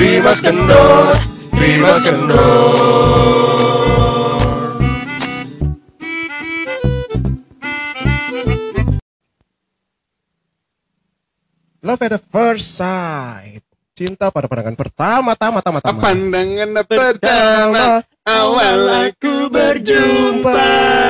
Rimas Kendor, Rimas Kendor. Love at the first sight. Cinta pada pandangan pertama. Pandangan pertama awal aku berjumpa.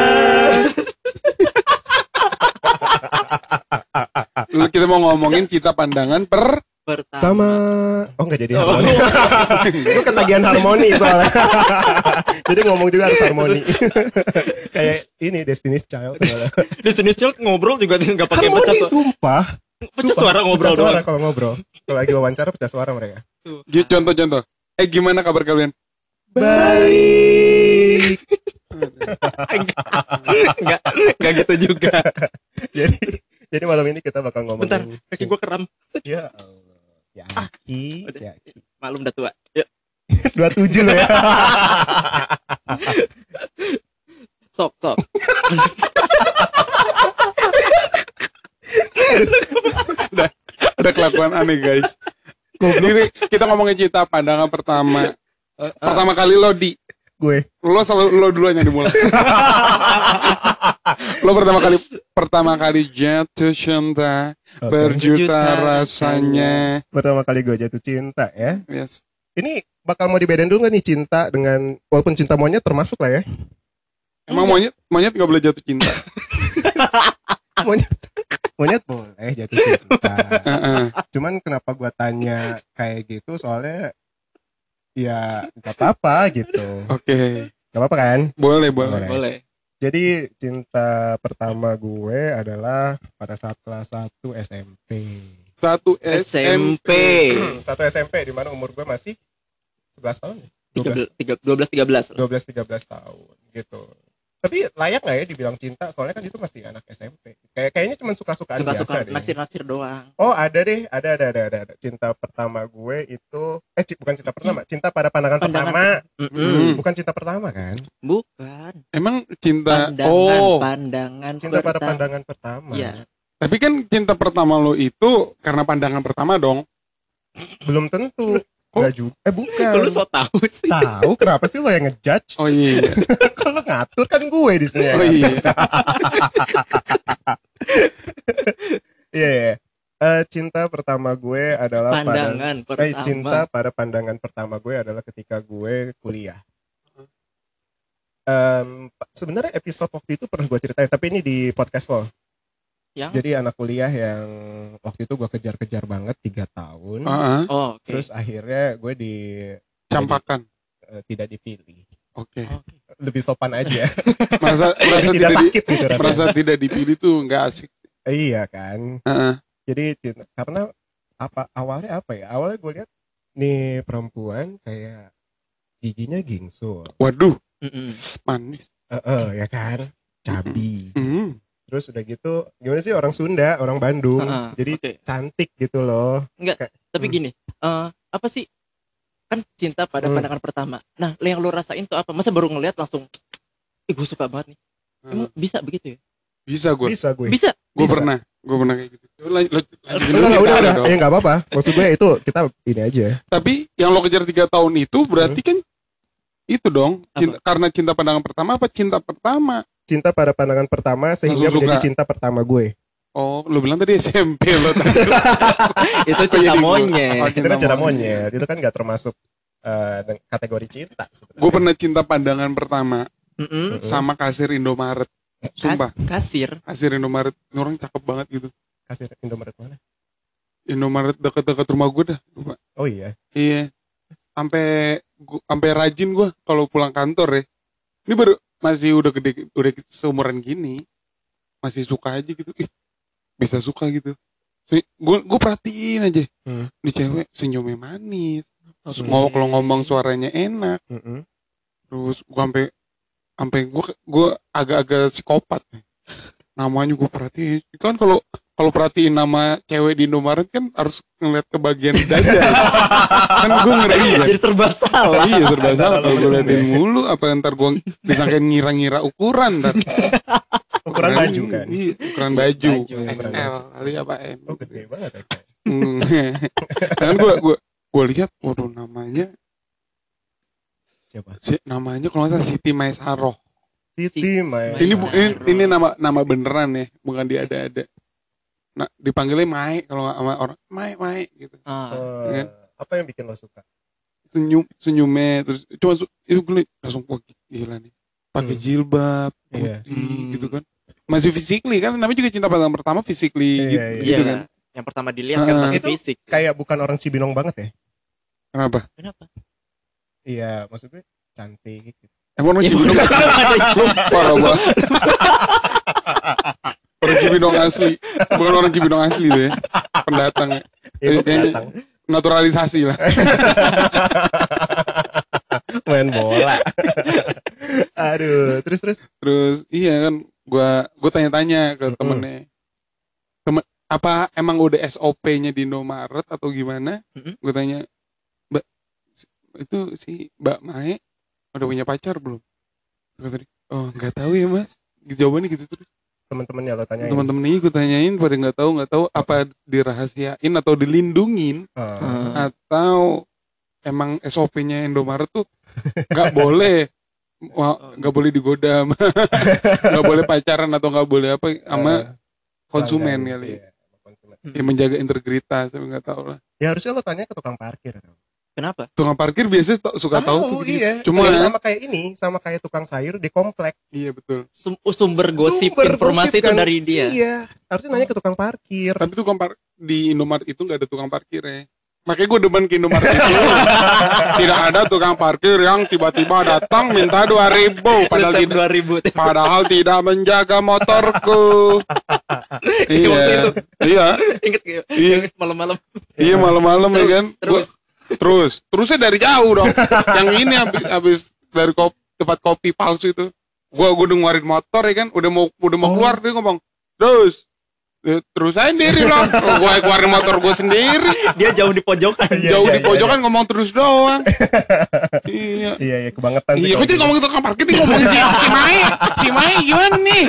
Lalu kita mau ngomongin cinta pandangan pertama. Oh enggak jadi harmoni. Gue ketagihan harmoni soalnya. Jadi ngomong juga harus harmoni. Kayak ini Destiny's Child. Destiny's Child ngobrol juga nggak pakai harmoni, pecah sumpah. suara ngobrol Pecah suara doang. kalau ngobrol. Kalau lagi wawancara pecah suara mereka. Contoh. Gimana kabar kalian? Baik. Enggak gitu juga. Jadi malam ini kita bakal ngomongin. Bentar, kaki gue kram. Ya Allah. Yaki. Maklum udah tua. Yuk, 27 loh ya. sok. Ada kelakuan aneh guys. Ini kita ngomongin cinta pandangan pertama. Pertama kali lo Gue. Lo duluan yang dimulai. Lo pertama kali jatuh cinta, berjuta rasanya. Pertama kali gue jatuh cinta ya. Yes. Ini bakal mau dibedain dulu gak nih cinta dengan, walaupun cinta monyet termasuk lah ya. Emang monyet nggak boleh jatuh cinta? Monyet boleh jatuh cinta. Cuman kenapa gue tanya kayak gitu, soalnya ya gak apa-apa gitu. Oke. Gak apa-apa kan? Boleh. Jadi cinta pertama gue adalah pada saat kelas 1 SMP. Satu SMP. Satu SMP di mana umur gue masih 11 tahun. 12-13 tahun gitu. Tapi layak nggak ya dibilang cinta? Soalnya kan itu masih anak SMP. Kayaknya cuma suka-sukaan biasa deh. naksir doang. Oh ada deh, ada. Cinta pertama gue itu, bukan cinta pertama, cinta pada pandangan pertama. Bukan cinta pertama kan? Bukan. Emang cinta. Pandangan. Cinta pada pandangan pertama. Iya. Tapi kan cinta pertama lo itu karena pandangan pertama dong. Belum tentu. Enggak juga. Bukan. Lu so tahu sih. Tahu kenapa sih lo yang ngejudge? Oh iya. Kalau ngatur kan gue di sini. Oh iya. Iya. Cinta pertama gue adalah cinta pada pandangan pertama gue adalah ketika gue kuliah. Sebenarnya episode waktu itu pernah gue ceritain, tapi ini di podcast lo. Jadi anak kuliah yang waktu itu gue kejar-kejar banget 3 tahun. Okay. Terus akhirnya gue Campakan. tidak dipilih. Oke. Lebih sopan aja. Merasa tidak sakit gitu rasanya. Merasa tidak dipilih tuh nggak asik. Iya kan. Jadi karena awalnya ya? Awalnya gue lihat nih perempuan kayak giginya gingsul. Waduh. Manis. Ya kan. Cabi. Terus udah gitu, gimana sih orang Sunda, orang Bandung, jadi cantik gitu loh. Enggak, tapi gini, apa sih, kan cinta pada pandangan pertama. Nah, yang lu rasain tuh apa? Masa baru ngeliat langsung, gue suka banget nih. Emang bisa begitu ya? Bisa gue. Gue pernah kayak gitu. Lanjutin dulu. Udah. Ya nggak apa-apa. Maksud gue itu kita ini aja. Tapi yang lo kejar 3 tahun itu berarti kan itu dong. Karena cinta pandangan pertama apa cinta pertama? Cinta pada pandangan pertama sehingga menjadi cinta pertama gue. Oh, lu bilang tadi SMP lo tadi. Itu cinta monyet. Itu kan cinta monyet. Itu kan nggak termasuk kategori cinta. Gue pernah cinta pandangan pertama sama kasir Indomaret. Sumpah. Kasir Indomaret. Ini orang cakep banget gitu. Kasir Indomaret mana? Indomaret dekat-dekat rumah gue dah. Lupa. Oh iya. Iya. Sampai rajin gue kalau pulang kantor ya. Ini baru masih udah gede, udah seumuran gini, masih suka aja gitu. Bisa suka gitu. Gue perhatiin aja. Di cewek senyumnya manis. Terus kalau ngomong suaranya enak. Terus gue sampai gue agak-agak psikopat. Namanya gue perhatiin. Kan kalau perhatiin nama cewek di Indomaret kan harus ngeliat ke bagian dada. Kan gue ngeri kan. Jadi serba salah. Iya serba salah. Kalau gue liatin mulu, apa ntar gue disangkain ngira-ngira ukuran. Ukuran baju kan? Iya, ukuran baju. XL kali apa M. Oh gede banget XL. Kan gue gue lihat, waduh namanya Siapa? namanya kalau nggak salah Siti Maesaroh. Siti Mae. Ini nama beneran ya, bukan diada-ada. Nah, dipanggilnya Mae kalau nggak sama orang Mae gitu. Kan? Apa yang bikin lo suka? Senyumnya terus cuma itu gue langsung wah gila nih. Pakai jilbab, Iya. putih gitu kan. Masih physically kan, namanya juga cinta pandangan pertama physically Iya, gitu Iya, kan. yang pertama dilihat kan pasti Itu fisik. kayak bukan orang Cibinong banget ya? Kenapa? Kenapa? Iya, maksudnya cantik gitu. Emang orang Ya, Cibinong ada lu parah banget. Orang Cibinong asli, bukan orang Cibinong asli tuh ya. Pendatang ya. Itu Kayaknya pendatang. naturalisasi lah. Main bola. Aduh, terus Terus iya kan gua tanya-tanya ke temennya. Apa emang udah SOP-nya di Indomaret atau gimana? Gue tanya, Mbak, itu si Mbak Mae udah punya pacar belum? Kata dia, oh nggak tahu ya mas. Jawabannya gitu terus. teman-temannya lo tanyain. Teman-temannya gue tanyain pada nggak tahu apa dirahasiain atau dilindungin atau emang SOP-nya Indomaret tuh nggak boleh. Nggak boleh digoda, nggak boleh pacaran atau nggak boleh apa sama konsumen kali. Iya, konsumen. Ya menjaga integritas, tapi nggak tahu lah. Ya harusnya lo tanya ke tukang parkir. Kenapa? Tukang parkir biasanya suka tahu tuh gitu. Iya. Cuma Ya, sama kayak tukang sayur di komplek. iya betul. Sumber gosip Sumber informasi gosip itu kan. dari dia. Iya, harusnya nanya ke tukang parkir. Tapi di Indomaret itu nggak ada tukang parkir ya. Makanya gue demen ke Indomaret itu. Tidak ada tukang parkir yang tiba-tiba datang minta 2.000 padahal Resep tidak 2000. padahal tidak menjaga motorku. Waktu itu. Iya. Ingat gak? Iya. Malam-malam. Iya malam-malam ya kan. Terus. Terusnya dari jauh dong. Yang ini habis dari tempat kopi palsu itu. Gua udah ngeluarin motor ya kan, udah mau keluar dia ngomong, terus aja sendiri loh. Gua keluarin motor gua sendiri. Dia jauh di pojokan. Jauh di pojokan ngomong terus doang. Iya. Iya, kebangetan sih. Iya, gue jadi ngomong itu tukang parkir nih, ngomongin si Mae gimana nih?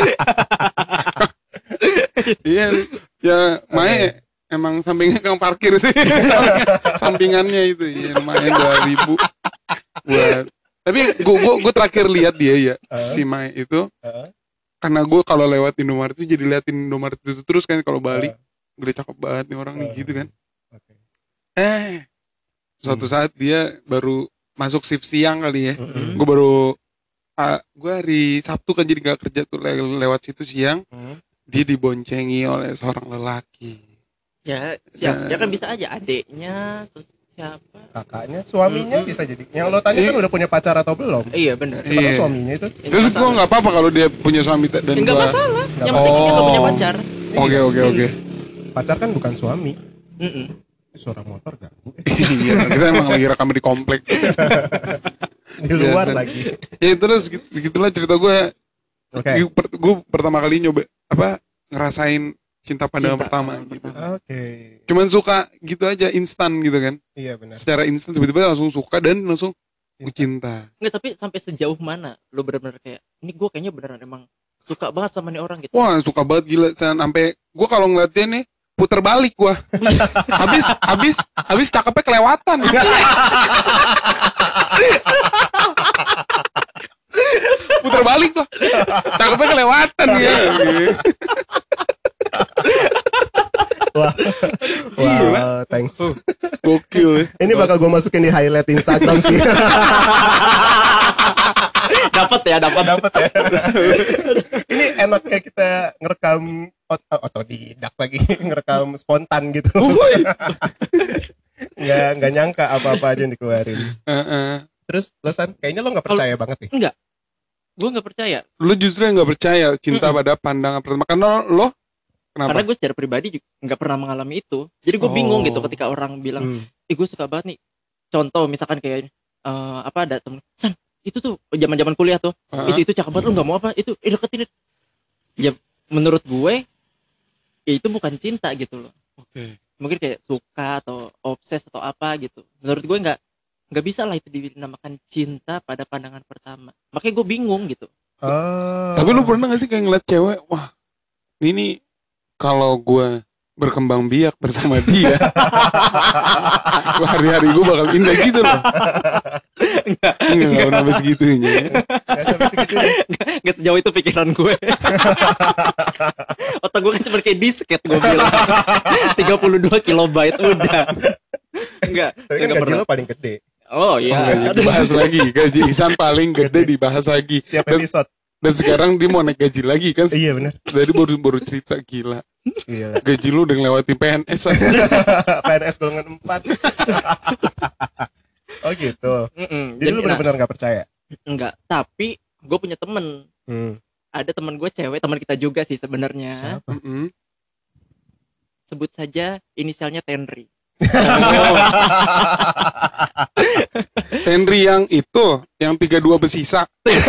Iya, ya Mae emang sampingnya tukang parkir sih, sampingannya itu, ya lumayan 2.000 buat. Tapi gue terakhir lihat dia ya, si Mae itu, karena gue kalau lewat Indomaret itu jadi liatin Indomaret itu terus kan kalau balik, gue cakep banget nih orang nih gitu kan. Suatu saat dia baru masuk shift siang kali ya. Gue baru gue hari Sabtu kan jadi gak kerja tuh lewat situ siang. Dia diboncengi oleh seorang lelaki. Ya, siap. Ya kan bisa aja adeknya terus siapa? Kakaknya, suaminya bisa jadi. Yang lo tanya kan udah punya pacar atau belum? Iya benar. Siapa tahu suaminya itu. Terus gue nggak apa-apa kalau dia punya suami dan Enggak gua... masalah. Yang masih dia enggak punya pacar. Oke. Pacar kan bukan suami. Heeh. Suara motor ganggu. Iya, kita emang lagi rekam di komplek. Di luar Biasa. lagi. Ya terus gitulah cerita gue. Oke. Gue pertama kali nyoba ngerasain cinta pandangan pertama gitu. Oke. Cuman suka gitu aja instan gitu kan. Iya benar. Secara instan tiba-tiba langsung suka dan langsung cinta. Enggak, tapi sampai sejauh mana lu benar-benar kayak ini gue kayaknya beneran emang suka banget sama nih orang gitu. Wah suka banget gila. Sampai gue kalau ngeliat dia nih puter balik gue. habis cakepnya kelewatan. Puter balik gue. Cakepnya kelewatan ya. Wah, Gila. thanks. Gokil ya. Ini bakal gue masukin di highlight Instagram sih. Dapat ya. Ini enaknya kita ngerekam otodidak lagi, ngerekam spontan gitu. Nggak nyangka apa-apa aja yang dikeluarin. Terus lo San, kayaknya lo nggak percaya banget nih. Enggak. Gue nggak percaya. Lu justru yang nggak percaya cinta pada pandangan pertama. Karena lo kenapa? Karena gue secara pribadi juga nggak pernah mengalami itu. Jadi gue bingung gitu ketika orang bilang, gue suka banget nih. Contoh misalkan kayak ada temen, San, itu tuh zaman kuliah tuh, itu cakep banget, lu nggak mau apa? Itu deketin. Ya menurut gue, ya itu bukan cinta gitu loh. Oke. Mungkin kayak suka atau obses atau apa gitu. Menurut gue nggak bisa lah itu dinamakan cinta pada pandangan pertama. Makanya gue bingung gitu. Tapi lu pernah gak sih kayak ngeliat cewek, wah ini kalau gue berkembang biak bersama dia. Hari-hari gue bakal indah gitu loh. Enggak pernah segitunya. Nggak sampai segitunya. Nggak sejauh itu pikiran gue. Otak gue kan cuma kayak disket gue bilang. 32 kilobyte udah. Enggak. Tapi kan gaji lo paling gede Oh iya. Dibahas lagi. Gaji Ihsan paling gede dibahas lagi. setiap episode. Dan sekarang dia mau naik gaji lagi kan. Iya benar. Dari baru cerita gila. Iya. Gaji lu udah ngelewatin PNS. PNS golongan 4. Oh gitu. Jadi lu benar-benar nggak percaya? Enggak. Tapi gue punya temen. Ada teman gue cewek, teman kita juga sih sebenarnya. Siapa? Sebut saja inisialnya Tenri. Henry yang itu, yang 32 bersisa.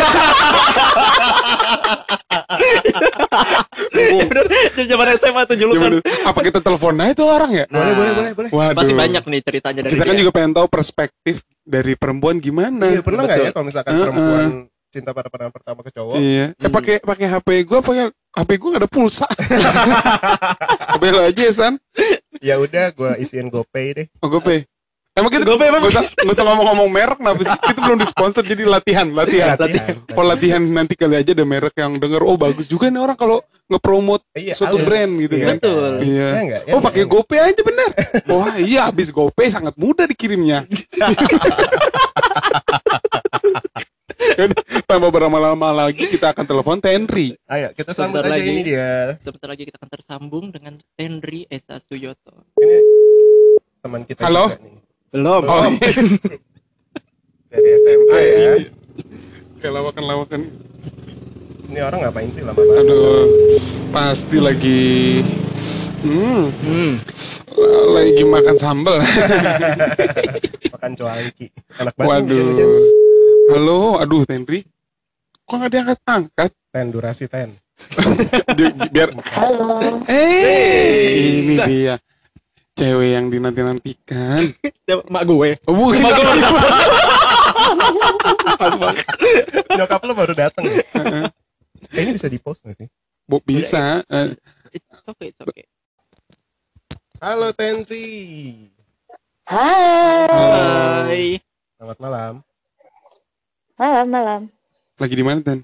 Bener, zaman SMA tuh julukan. Apa kita telepon aja tuh orang ya? Boleh. Waduh. Pasti banyak nih ceritanya dari Kita kan dia. juga pengen tahu perspektif dari perempuan gimana. Iya, pernah nggak Betul. ya kalau misalkan perempuan cinta pada pandangan pertama ke cowok? Iya. Pakai HP gue, HP gue gak ada pulsa. HP lo aja ya, San. Ya udah, gue isiin GoPay deh. Oh, GoPay. Emang kita GoPay emang? nggak usah ngomong-ngomong merek, kenapa sih? Kita belum disponsor, jadi latihan. Kalau latihan nanti kali aja ada merek yang denger, oh bagus juga nih orang kalau nge-promote suatu halus. brand gitu kan. Betul. Iya. Ya nggak? Ya Oh nggak? pakai GoPay aja bener. Wah iya, habis GoPay sangat mudah dikirimnya. Yaudah, tanpa berlama-lama lagi kita akan telepon Tenri. Ayo kita sambut Sebentar aja lagi. ini dia. Sebentar lagi kita akan tersambung dengan Tenri Esa Suyoto. Ini teman kita Halo? juga nih. Belum. Oh, Dari SMA ya. kayak lawakan-lawakan. Ini orang ngapain sih lama banget? Aduh, pasti lagi lagi makan sambal. Makan cuanki. Enak banget. Waduh. Halo, aduh Tenri. Kok gak diangkat-angkat? Ten durasi ten. Biar Halo. ini dia. Cewek yang dinanti-nantikan. Mak gue. Oh, bukan. Nyokap lo baru datang ya? Ini bisa di post gak sih? Bisa. It's okay. Halo Tenri. Hai. Hai. Selamat malam. Malam. Lagi di mana, Ten?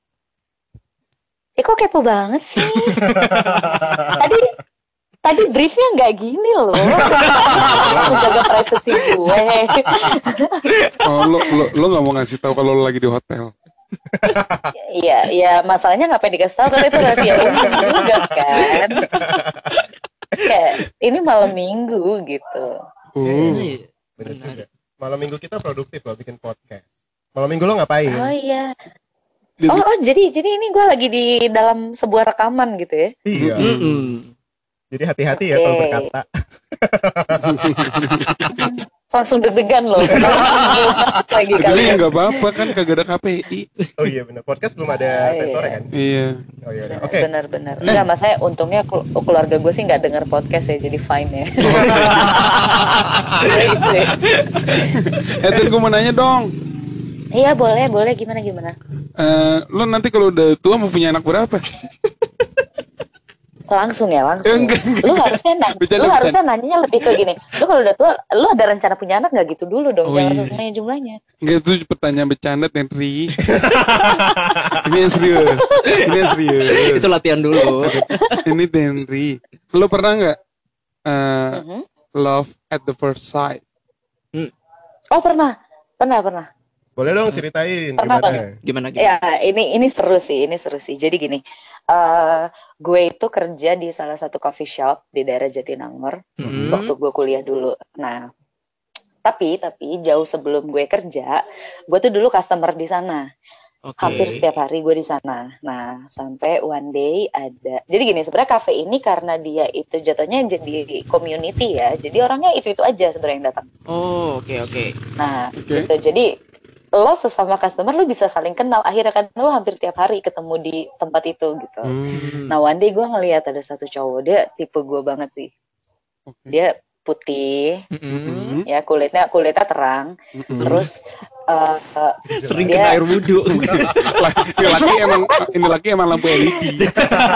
Kok kepo banget sih? Tadi briefnya nggak gini loh. Menjaga privasi gue. Oh, lo nggak mau ngasih tahu kalau lo lagi di hotel? Iya, masalahnya ngapain dikasih tahu kalau itu rahasia umum juga kan. Kayak ini malam minggu gitu. Iya, Bener benar. juga. Malam minggu kita produktif loh bikin podcast. Malam minggu lo ngapain? Oh iya. Oh, jadi ini gue lagi di dalam sebuah rekaman gitu ya. Iya. Jadi hati-hati ya Oke. kalau berkata. Langsung deg-degan loh. Lagi Tapi kalian. nggak apa-apa kan, kagak ada KPI. Oh iya benar. Podcast belum ada sensornya kan? Iya. Oh iya. Udah. Oke. Benar. Enggak, mas saya untungnya keluarga gue sih nggak denger podcast ya, jadi fine ya. Gitu ya. Ten, gue mau nanya dong. Iya boleh gimana? Lo nanti kalau udah tua mau punya anak berapa? Langsung. Enggak. Lu harusnya Bercanda. nanyanya lebih ke gini. Lu kalau udah tua, lu ada rencana punya anak nggak gitu dulu dong? Oh, Jangan iya. langsung nanya jumlahnya. Enggak, itu pertanyaan bercanda, Tenri. Ini yang serius. Itu latihan dulu. Ini Tenri. Lo pernah nggak love at the first sight? Oh pernah. Boleh dong ceritain Pernah, gimana? Gimana? Ya ini seru sih. Jadi gini, gue itu kerja di salah satu coffee shop di daerah Jatinangor waktu gue kuliah dulu. Nah, tapi jauh sebelum gue kerja, gue tuh dulu customer di sana. Oke. Hampir setiap hari gue di sana. Nah, sampai one day ada. Jadi gini, sebenarnya cafe ini karena dia itu jatuhnya jadi community ya. Jadi orangnya itu aja sebenarnya yang datang. Oh, oke. Nah, Oke. gitu. Jadi lo sesama customer lo bisa saling kenal. Akhirnya kan lo hampir tiap hari ketemu di tempat itu gitu. Nah, one day gue ngeliat ada satu cowok, dia tipe gue banget sih. Oke. Dia putih, Mm-mm. ya kulitnya terang. Terus Sering Dia- kena air wudhu. Ini laki emang lampu LED.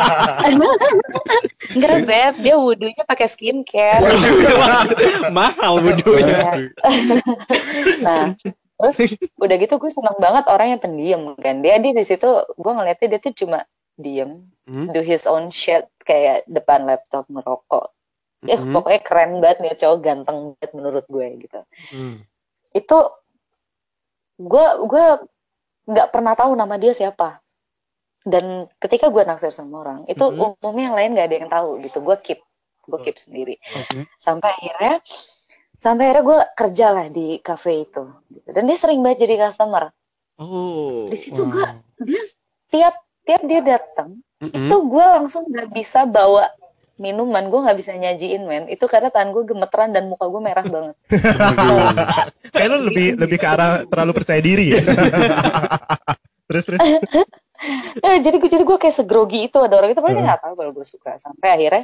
Enggak, Beb, dia wudhunya pakai skincare. Mahal wudhunya. Iya. Nah, terus udah gitu gue seneng banget orang yang pendiam kan. Dia di situ gue ngeliatnya dia tuh cuma diem, do his own shit kayak depan laptop ngerokok. Ya pokoknya keren banget nih cowok, ganteng banget menurut gue gitu. Itu gue nggak pernah tahu nama dia siapa. Dan ketika gue naksir sama orang, itu umumnya yang lain nggak ada yang tahu gitu. Gue keep sendiri. Oke. Sampai akhirnya gue kerja lah di cafe itu. Gitu. Dan dia sering banget jadi customer. Oh. Di situ dia tiap dia datang, itu gue langsung nggak bisa bawa minuman, gue nggak bisa nyajiin men. Itu karena tangan gue gemeteran dan muka gue merah banget. Kayak lu lebih ke arah terlalu percaya diri ya. terus. Jadi gue kayak segrogi itu, ada orang itu paling nggak tahu kalau gue suka. Sampai akhirnya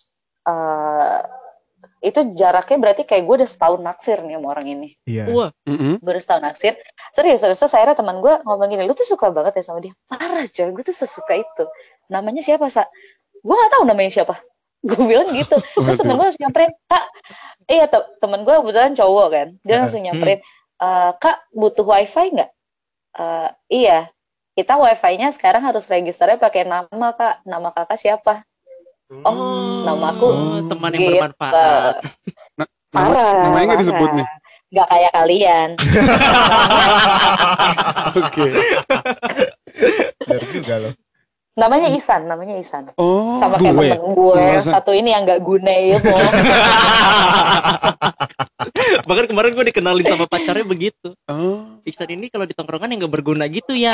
itu jaraknya berarti kayak gue udah setahun naksir nih sama orang ini. Iya. Wah. Gue udah setahun naksir. Serius akhirnya teman gue ngomong gini, lu tuh suka banget ya sama dia. Parah coy, gue tuh sesuka itu. Namanya siapa, Sa? Gue gak tahu namanya siapa. Gue bilang gitu. Terus temen gue langsung nyamperin, Kak, iya temen gue kebetulan cowok kan. Dia langsung nyamperin, Kak butuh wifi gak? Iya, kita wifi-nya sekarang harus registernya pakai nama, Kak. Nama kakak siapa? Oh, nama aku teman yang bermanfaat. Parah. Namanya nggak disebut nih. Gak kayak kalian. Oke. Benar juga loh. Namanya Isan. Oh. Sama kayak gue. temen gue Masa? satu ini yang gak guna itu. Bahkan kemarin gue dikenalin sama pacarnya begitu. Oh. Iksan ini kalau di tongkrongan yang gak berguna gitu ya.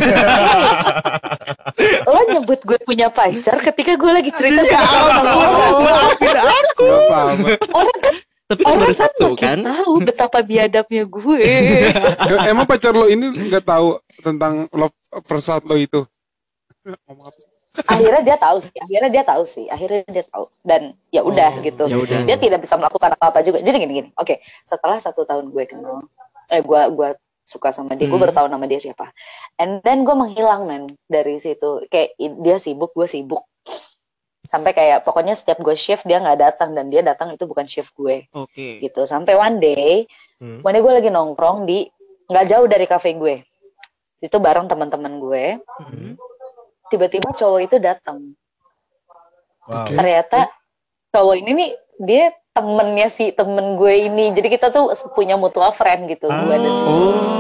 Lo nyebut gue punya pacar ketika gue lagi cerita sama orang. Tidak aku. Gak apa-apa. Orang kan Tapi kan baru satu makin kan. tahu betapa biadabnya gue. Emang pacar lo ini nggak tahu tentang love first sight lo itu? Ngomong apa? Akhirnya dia tahu sih. Dan ya udah gitu. Ya udah. Dia tidak bisa melakukan apa-apa juga. Jadi gini. Oke, setelah 1 tahun gue kenal, gue suka sama dia, gue baru tahu nama dia siapa. And then gue menghilang men dari situ. Kayak dia sibuk, gue sibuk. Sampai kayak pokoknya setiap gue shift dia nggak datang, dan dia datang itu bukan shift gue. Oke. Gitu. Sampai one day gue lagi nongkrong di nggak jauh dari cafe gue. Itu bareng teman-teman gue. Tiba-tiba cowok itu datang. Wow. Ternyata cowok ini nih dia temennya si temen gue ini. Jadi kita tuh punya mutual friend gitu. Gue dan si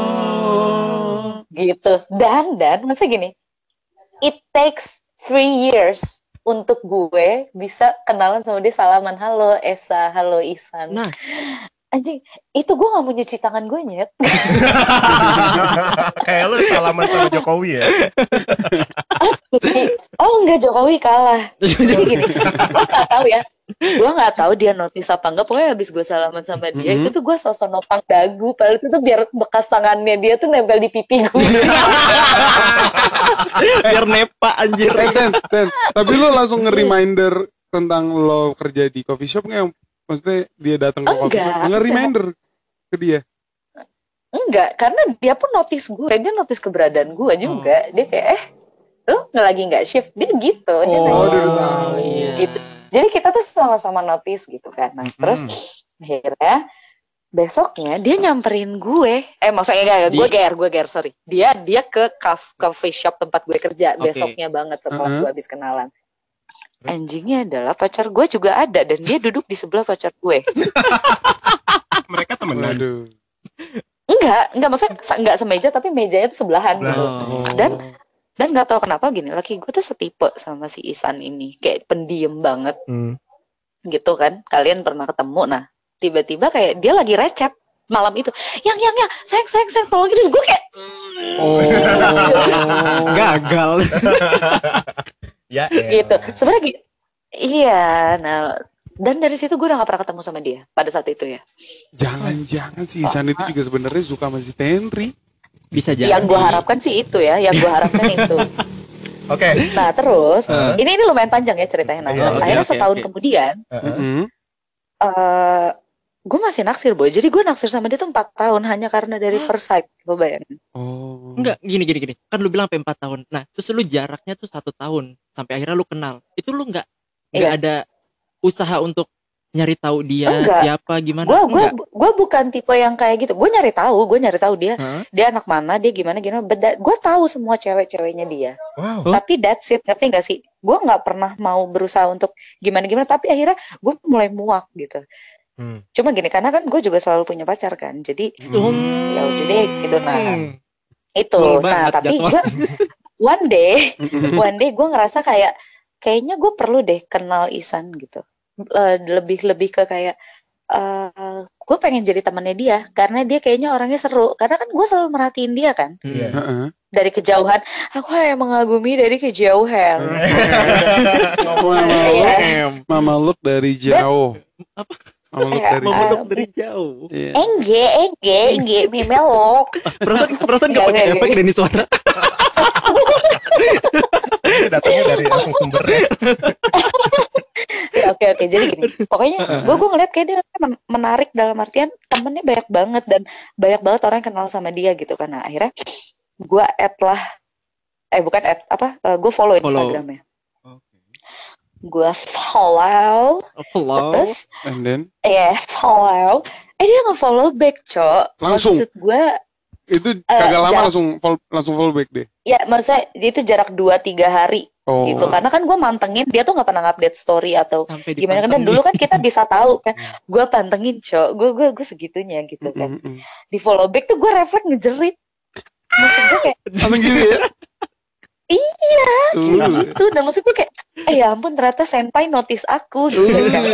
gitu. Dan masa gini, it takes 3 years untuk gue bisa kenalan sama dia, salaman, halo Esa, halo Isan. Nah. Anjing, itu gue gak mau nyuci tangan gue nyet. Kayak lu salaman sama Jokowi ya. Asli. Oh enggak, Jokowi kalah. Jadi gini, gue gak tahu dia notice apa enggak. Pokoknya habis gue salaman sama dia, itu tuh gue sosok nopang dagu. Padahal itu tuh biar bekas tangannya dia tuh nempel di pipi gue. Biar nepa anjir. Ten, tapi lo langsung nge-reminder tentang lo kerja di coffee shop nggak? Maksudnya dia datang ke coffee shop, nge-reminder ke dia? Enggak, karena dia pun notice gue. Dia notice keberadaan gue juga. Dia kayak, lo lagi nggak shift? Dia gitu. Dia Dia udah tahu. Iya. gitu. Jadi kita tuh sama-sama notice gitu kan. Nah, terus akhirnya besoknya dia nyamperin gue. Maksudnya gue GR, sorry. Dia ke coffee shop tempat gue kerja. Besoknya banget setelah gue habis kenalan. Anjingnya adalah pacar gue juga ada, dan dia duduk di sebelah pacar gue. Mereka temenan. Aduh. Enggak maksudnya enggak semeja, tapi mejanya tuh sebelahan gitu. Dan nggak tahu kenapa gini, laki gue tuh setipe sama si Isan ini, kayak pendiam banget. Gitu kan, kalian pernah ketemu. Nah, tiba-tiba kayak dia lagi recet malam itu, yang sayang tolong ini. Gue kayak Gagal. Ya, gitu. Sebenarnya iya. Nah, dan dari situ gue udah gak pernah ketemu sama dia pada saat itu ya. Jangan-jangan si Isan itu juga sebenarnya suka sama si Tenri. Bisa jadi. Yang gue harapkan sih itu ya, itu. Oke. Nah terus, ini lumayan panjang ya ceritanya. Nah, akhirnya setahun kemudian, gue masih naksir boy. Jadi gue naksir sama dia tuh 4 tahun hanya karena dari first sight. Lo bayangin. Oh. Enggak, gini. Kan lu bilang sampai 4 tahun. Nah, terus lu jaraknya tuh 1 tahun sampai akhirnya lu kenal. Itu lu enggak ada usaha untuk nyari tahu dia siapa gimana? Gue bukan tipe yang kayak gitu. Gue nyari tahu dia anak mana, dia gimana. Gue tahu semua cewek-ceweknya dia. Wow. Tapi that's it, ngerti gak sih? Gue nggak pernah mau berusaha untuk gimana. Tapi akhirnya gue mulai muak gitu. Cuma gini, karena kan gue juga selalu punya pacar kan, jadi ya udah deh gitu. Nah itu, tapi gue one day gue ngerasa kayaknya gue perlu deh kenal Ihsan gitu. Lebih ke kayak gue pengen jadi temannya dia karena dia kayaknya orangnya seru. Karena kan gue selalu merhatiin dia kan dari kejauhan. Aku yang mengagumi dari kejauhan. Mama look dari jauh. Apa? Memeluk dari jauh. Engge, memeluk. Perasaan gak pakai efek deh nih suara. Datangnya dari langsung sumbernya. Ya, oke. Jadi gini, pokoknya gue ngeliat kayak dia menarik dalam artian temennya banyak banget dan banyak banget orang yang kenal sama dia gitu kan. Nah akhirnya gue gue follow Instagramnya. Gue follow. Terus and then follow. Dia nge-follow back, Cok. Langsung. Maksud gue itu kagak lama langsung follow back deh. Ya, maksudnya itu jarak 2-3 hari gitu. Karena kan gue mantengin dia tuh nggak pernah update story atau gimana kan. Dan dulu kan kita bisa tahu kan. Gue pantengin, Cok. Gue segitunya gitu kan. Di follow back tuh gue refleks ngejerit. Maksud gue kayak langsung gitu ya. Iya, gitu. Dan maksud gue kayak, ya ampun ternyata senpai notice aku gitu kan.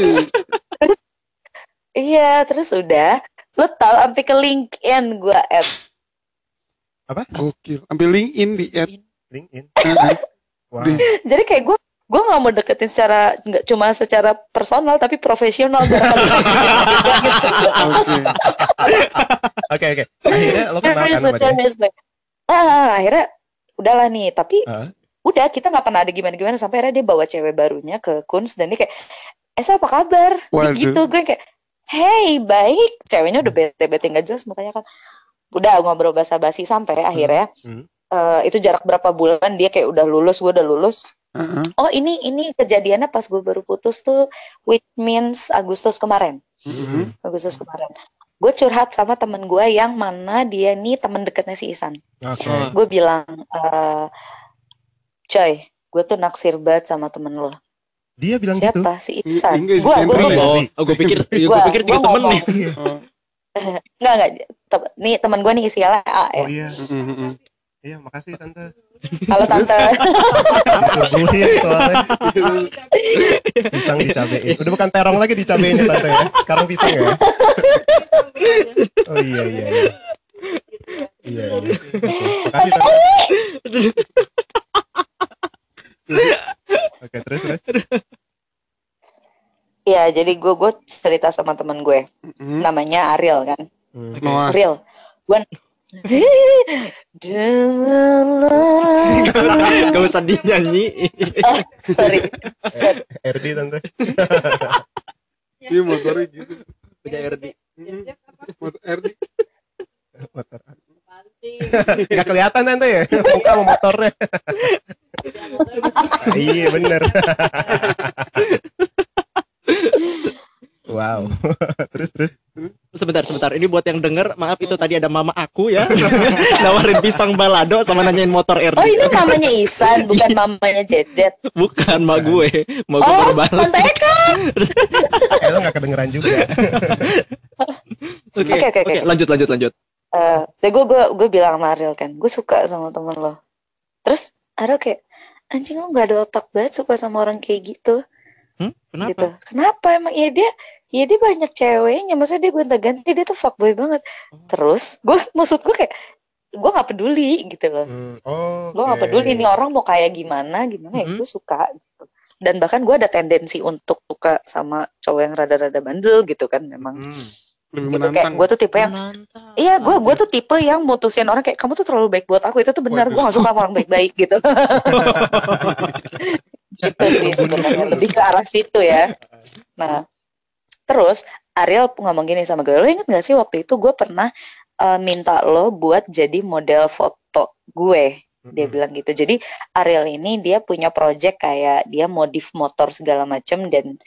Terus udah, lo tau sampai ke LinkedIn gue add. Apa? Gokil, sampai LinkedIn di add. LinkedIn. Wow. Jadi kayak gue nggak mau deketin nggak cuma secara personal tapi profesional. Oke. Akhirnya lo kenal kan sama dia? Akhirnya udahlah nih, tapi udah kita nggak pernah ada gimana sampai akhirnya dia bawa cewek barunya ke Kunz dan dia kayak, Esa apa kabar? Gitu gue kayak, hey baik, ceweknya udah bete nggak jelas makanya kan, udah ngobrol basa-basi sampai akhirnya itu jarak berapa bulan dia kayak udah lulus, gue udah lulus. Oh ini kejadiannya pas gue baru putus tuh, which means Agustus kemarin. Gue curhat sama temen gue yang mana dia nih temen deketnya si Ihsan. Gue bilang, coy, gue tuh naksir banget sama temen lo. Dia bilang siapa? Gitu? Si Ihsan. Gue pikir 3 temen nih. Enggak. Nih temen gue nih isinya A ya. Oh iya. Iya, makasih tante. Halo tante. Disuguhin soalnya. Pisang dicabein. Udah bukan terong lagi dicabeinnya tante ya. Sekarang pisang ya. Oh iya. Iya. Makasih tante. Oke, terus. Iya, jadi gue cerita sama teman gue. Namanya Ariel kan. Ariel. Gak usah dinyanyi. Sorry. RD tante. Iya motornya gitu. Punya RD. Motor RD. Motor. Gak kelihatan tante ya muka sama motornya. Iya bener. Wow. Terus. Sebentar. Ini buat yang denger, maaf itu tadi ada mama aku ya. Nawarin pisang balado sama nanyain motor RD. Oh ini mamanya Ihsan, bukan mamanya Jejet. Bukan, mak gue. Mak gue baru balik. Tante Eka. Lo gak kedengeran juga. Oke, lanjut. Jadi gue bilang sama Ariel kan, gue suka sama temen lo. Terus Ariel kayak, anjing lo gak ada otak banget suka sama orang kayak gitu. Kenapa? Gitu. Kenapa emang? Ya dia banyak ceweknya, maksudnya dia gonta-ganti, dia tuh fuckboy banget. Terus maksud gue kayak, gue gak peduli gitu loh. Gue gak peduli nih orang mau kayak gimana ya gue suka gitu. Dan bahkan gue ada tendensi untuk suka sama cowok yang rada-rada bandel gitu kan memang. Lebih gitu, kayak gue tuh tipe yang gue tuh tipe yang mutusin orang kayak, kamu tuh terlalu baik buat aku. Itu tuh benar, gue gak suka sama orang baik-baik gitu. Gitu sih sebenarnya, lebih ke arah situ ya. Nah Terus Ariel ngomong gini sama gue, lo inget gak sih waktu itu gue pernah minta lo buat jadi model foto gue. Dia bilang gitu. Jadi Ariel ini dia punya project kayak dia modif motor segala macem dan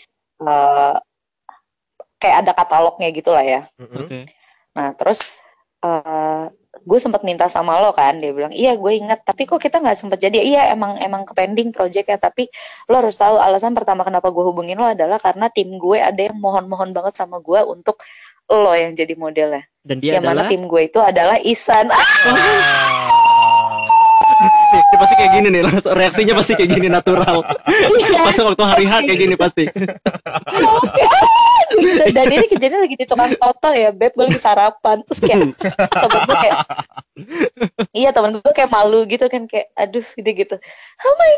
kayak ada katalognya gitu lah ya. Oke. Nah terus gue sempat minta sama lo kan, dia bilang iya gue ingat, tapi kok kita nggak sempat jadi. Iya emang kepending projectnya, tapi lo harus tahu alasan pertama kenapa gue hubungin lo adalah karena tim gue ada yang mohon banget sama gue untuk lo yang jadi modelnya. Dan dia yang adalah mana tim gue itu adalah Isan. Dia pasti kayak gini nih, langsung reaksinya pasti kayak gini natural. Pas waktu hari H kayak gini pasti. Dan ini kejadian lagi di tukang soto ya, Beb, gue lagi sarapan. Terus kayak temen gue kayak temen gue kayak malu gitu kan, kayak aduh gitu. Oh my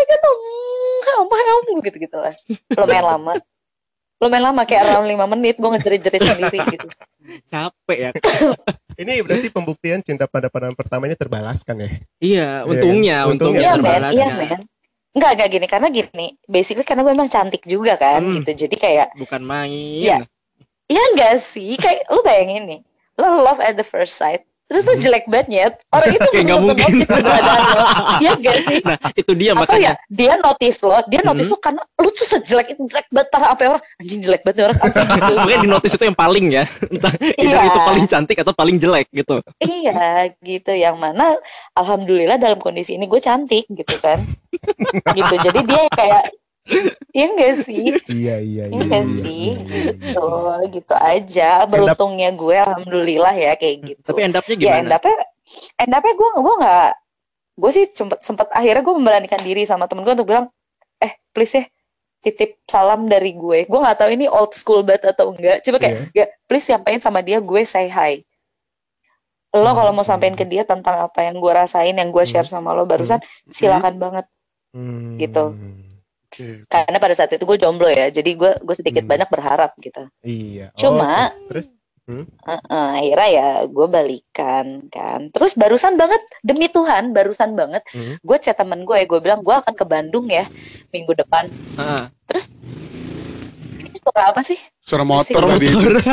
god, gitu lah. Lumayan lama kayak around 5 menit gue ngejerit-jerit sendiri gitu. Capek ya. Ini berarti pembuktian cinta pada pandangan pertamanya terbalaskan ya? Iya, untungnya Iya terbalaskan. men. Enggak gini, karena gini, basically karena gue emang cantik juga kan gitu. Jadi kayak bukan main. Iya enggak sih, kayak lu bayangin nih, lu love at the first sight, terus lu jelek banget, orang itu kayak nggak mungkin. Iya enggak sih? Nah itu dia atau makanya. ya dia notice lo karena lu tuh sejelek itu, jelek banget, parah sampai orang anjing jelek banget orang gitu. Mungkin di notice itu yang paling ya, entah itu paling cantik atau paling jelek gitu. Iya gitu, yang mana alhamdulillah dalam kondisi ini gue cantik gitu kan. Gitu, jadi dia kayak iya enggak sih? Iya enggak sih? Gitu aja. Beruntungnya gue alhamdulillah ya kayak gitu. Tapi end up-nya gimana? Ya end up-nya gue sih sempat akhirnya gue memberanikan diri sama temen gue untuk bilang, please ya titip salam dari gue. Gue nggak tahu ini old school banget atau enggak. Coba kayak please sampaikan sama dia gue say hi. Lo kalau mau sampein ke dia tentang apa yang gue rasain, yang gue share sama lo barusan, silakan banget. Gitu. Karena pada saat itu gue jomblo ya, jadi gue sedikit banyak berharap gitu. Iya. Cuma terus akhirnya ya gue balikan kan. Terus barusan banget, demi Tuhan barusan banget, gue chat temen gue bilang gue akan ke Bandung ya minggu depan. Terus ini suara apa sih? Suara motor tadi.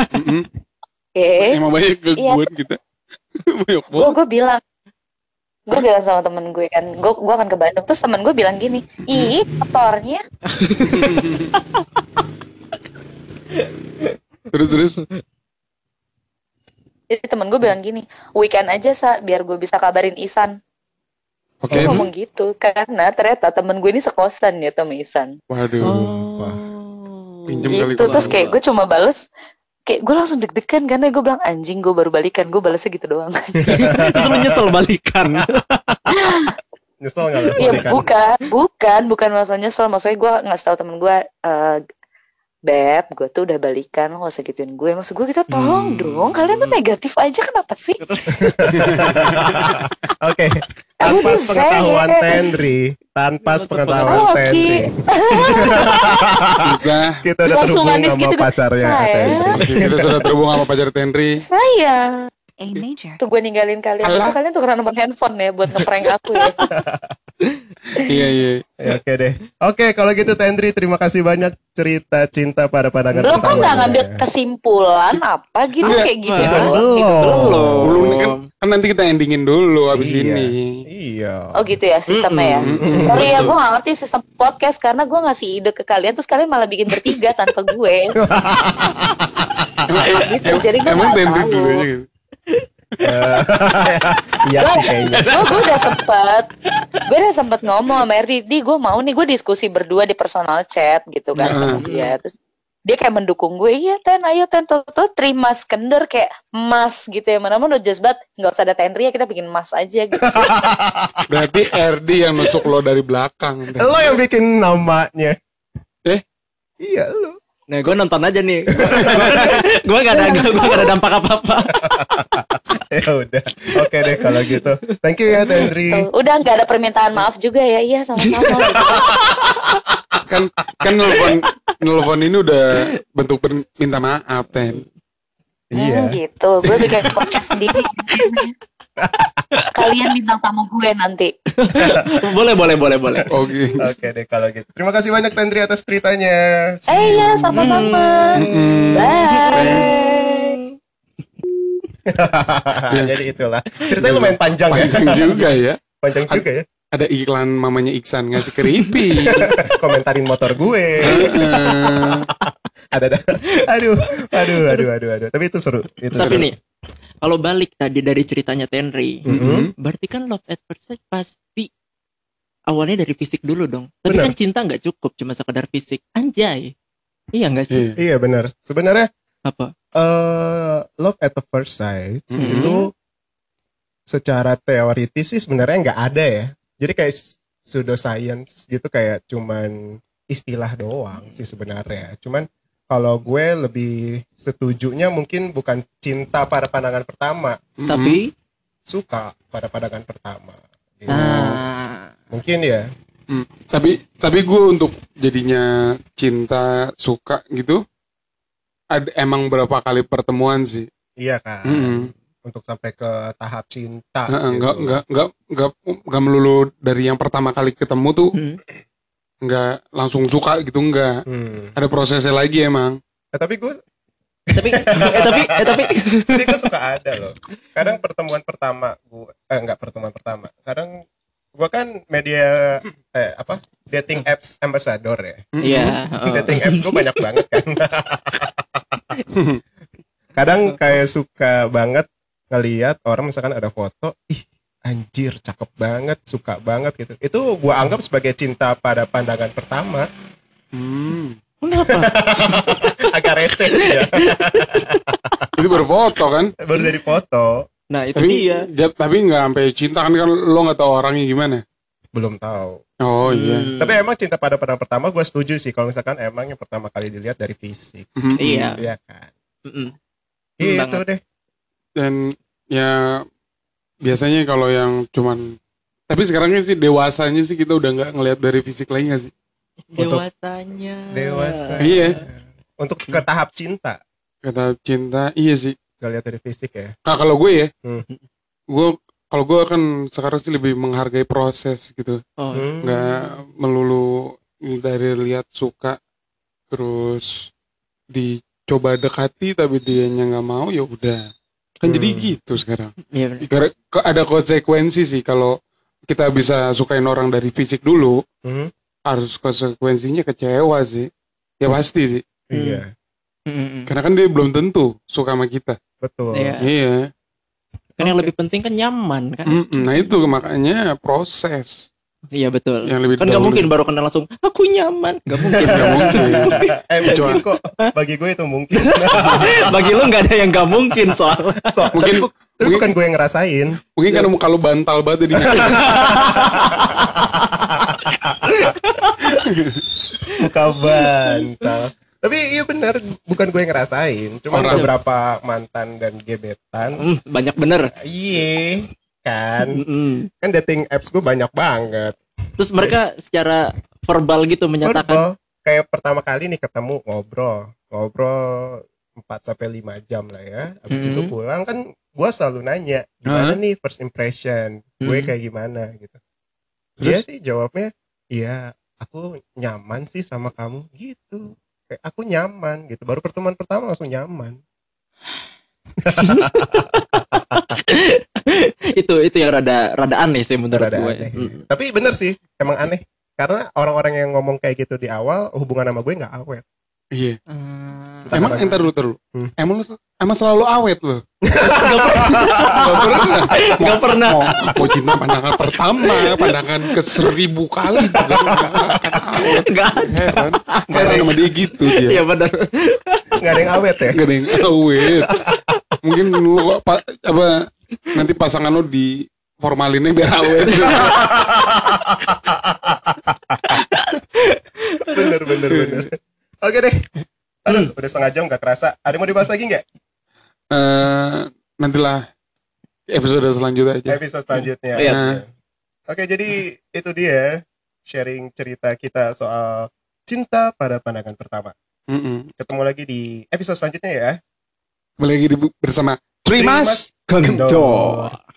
Emang banyak gangguan kita. Gue bilang sama temen gue kan, gue akan ke Bandung. Terus temen gue bilang gini, ih motornya. Terus Jadi temen gue bilang gini, weekend aja biar gue bisa kabarin Isan. Oke. Ngomong gitu, karena ternyata temen gue ini sekosan ya sama Isan. Waduh. Pinjem kali. Gitu, terus kayak gue cuma bales, kayak gue langsung deg-degan karena gue bilang anjing gue baru balikan, gue balesnya gitu doang. Terus lu nyesel balikan. Nyesel nggak? Iya bukan masalah nyesel, maksudnya gue ngasih tahu temen gue, Beb, gue tuh udah balikan, lo gak usah gituin gue. Maksud gue kita tolong dong, kalian tuh negatif aja, kenapa sih? Oke, tanpa pengetahuan Tendri, kita udah terhubung sama gitu, pacarnya Tendri. Kita sudah terhubung sama pacar Tendri. Saya tuh gue ninggalin kalian. Kalian tuh karena nomor handphone ya buat ngeprank aku ya. Iya. Oke deh. Oke, kalau gitu Tendri, terima kasih banyak cerita cinta pada pandangan pertama. Lo kok nggak ngambil ya. kesimpulan apa gitu kayak gitu belum. Kan nanti kita endingin dulu abis ini. Iya. Oh gitu ya sistemnya ya. Sorry ya, gue nggak ngerti sistem podcast karena gue ngasih ide ke kalian terus kalian malah bikin bertiga tanpa gue. Gitu, jadi gue nggak tahu. Iya sih kayaknya. Gue udah sempet ngomong sama Erdi, gue mau nih gue diskusi berdua di personal chat gitu kan sama dia. Terus dia kayak mendukung gue, iya ayo tuh terima skender kayak mas gitu ya, mana-mana udah just banget, nggak usah ada Tendri ya, kita bikin mas aja gitu. Berarti Erdi yang nusuk lo dari belakang. Lo yang bikin namanya. Iya lo. Nah gue nonton aja nih. Gue gak ada dampak apa-apa. Ya udah, oke deh kalau gitu. Thank you ya Tendri. Udah nggak ada permintaan maaf juga ya, iya sama-sama. Gitu. kan nelfon ini udah bentuk minta maaf Ten. Iya. Gitu, gue bikin podcast sendiri. Kalian bintang tamu gue nanti. boleh. Oke. Oke deh kalau gitu. Terima kasih banyak Tendri atas ceritanya. Ya sama-sama. Bye. Jadi itulah. Ceritanya lumayan panjang ya. Panjang juga ya. Panjang juga ya. Ada iklan mamanya Iksan ngasih keripik. Komentarin motor gue. ada. Aduh. Tapi itu seru. Tapi nih, kalau balik tadi dari ceritanya Tenri, berarti kan love at first sight pasti awalnya dari fisik dulu dong. Tapi Bener. kan cinta nggak cukup cuma sekedar fisik. Anjay. Iya nggak sih? Iya benar. Sebenarnya Apa? love at the first sight itu secara teoritis sih sebenarnya nggak ada ya. Jadi kayak pseudoscience gitu, kayak cuman istilah doang sih sebenarnya. Cuman kalau gue lebih setujunya mungkin bukan cinta pada pandangan pertama, Tapi suka pada pandangan pertama. Gitu. Mungkin ya. Tapi gue untuk jadinya cinta suka gitu ada emang berapa kali pertemuan sih. Iya kan. Untuk sampai ke tahap cinta. Enggak melulu dari yang pertama kali ketemu tuh enggak langsung suka gitu, enggak. Ada prosesnya lagi emang. Tapi gue tapi tapi gue suka ada loh. Kadang pertemuan pertama gue enggak pertemuan pertama. Kadang gue kan media dating apps ambassador ya. Iya. Dating apps gue banyak banget kan. Kadang kayak suka banget ngelihat orang misalkan ada foto, ih anjir cakep banget, suka banget gitu. Itu gue anggap sebagai cinta pada pandangan pertama. Kenapa? Agak receh ya. Itu baru foto kan? Baru dari foto. Nah itu Tapi dia. tapi nggak sampai cinta kan lo nggak tahu orangnya gimana. Belum tahu. Oh iya. Tapi emang cinta pada pandangan pertama gue setuju sih kalau misalkan emang yang pertama kali dilihat dari fisik. Iya. Iya kan. Gitu Itu deh. Dan ya biasanya kalau yang cuman, tapi sekarangnya sih dewasanya sih kita udah nggak ngelihat dari fisik lagi nggak sih? Dewasanya. Dewasa. Iya. Untuk ke tahap cinta. Kata cinta, iya sih. Gak lihat dari fisik ya. Nah, kalau gue ya, kalau gue kan sekarang sih lebih menghargai proses gitu, nggak melulu dari lihat suka terus dicoba dekati tapi dianya nggak mau, ya udah kan jadi gitu sekarang. Iya. Karena ada konsekuensi sih kalau kita bisa sukain orang dari fisik dulu, harus konsekuensinya kecewa sih, ya pasti sih. Iya. Karena kan dia belum tentu suka sama kita. Betul. Iya. Kan yang lebih penting kan nyaman kan. Nah itu makanya proses. Iya betul. Yang lebih Kan nggak dahulu. mungkin baru kenal langsung aku nyaman. Nggak mungkin. Nggak mungkin. Mungkin kok. Bagi gue itu mungkin. Bagi lu nggak ada yang nggak mungkin soalnya. Mungkin Tapi bukan gue yang ngerasain. mungkin karena muka lu bantal banget jadi Muka bantal. Tapi iya benar, bukan gue yang ngerasain. Cuma Orang. beberapa mantan dan gebetan. Banyak bener. Iya kan. Kan dating apps gue banyak banget. Terus mereka secara verbal gitu menyatakan. Verbal. Kayak pertama kali nih ketemu ngobrol 4-5 jam lah ya. Habis itu pulang kan gue selalu nanya gimana nih first impression gue kayak gimana gitu. Dia sih jawabnya iya aku nyaman sih sama kamu gitu. Kayak aku nyaman gitu. Baru pertemuan pertama langsung nyaman. itu yang rada aneh sih menurut Rada gue. aneh. Tapi bener sih emang aneh. Karena orang-orang yang ngomong kayak gitu di awal hubungan sama gue gak awet. Iya. Emang entar dulu. Emang selalu awet loh. Gak pernah. Mau cinta pandangan pertama, pandangan ke 1000 kali juga nggak akan awet. Nggak Heran sama dia gitu dia. Iya benar. Gak ada yang awet ya. Gak ada yang awet. Mungkin lu nanti pasangan lu di formalinnya biar awet. Bener. Oke deh. Aduh, udah setengah jam gak kerasa. Ada yang mau dibahas lagi gak? Nantilah episode selanjutnya aja. Episode selanjutnya. Iya. Oke, jadi itu dia sharing cerita kita soal cinta pada pandangan pertama. Ketemu lagi di episode selanjutnya ya. Kembali lagi bersama Trimas Kendor.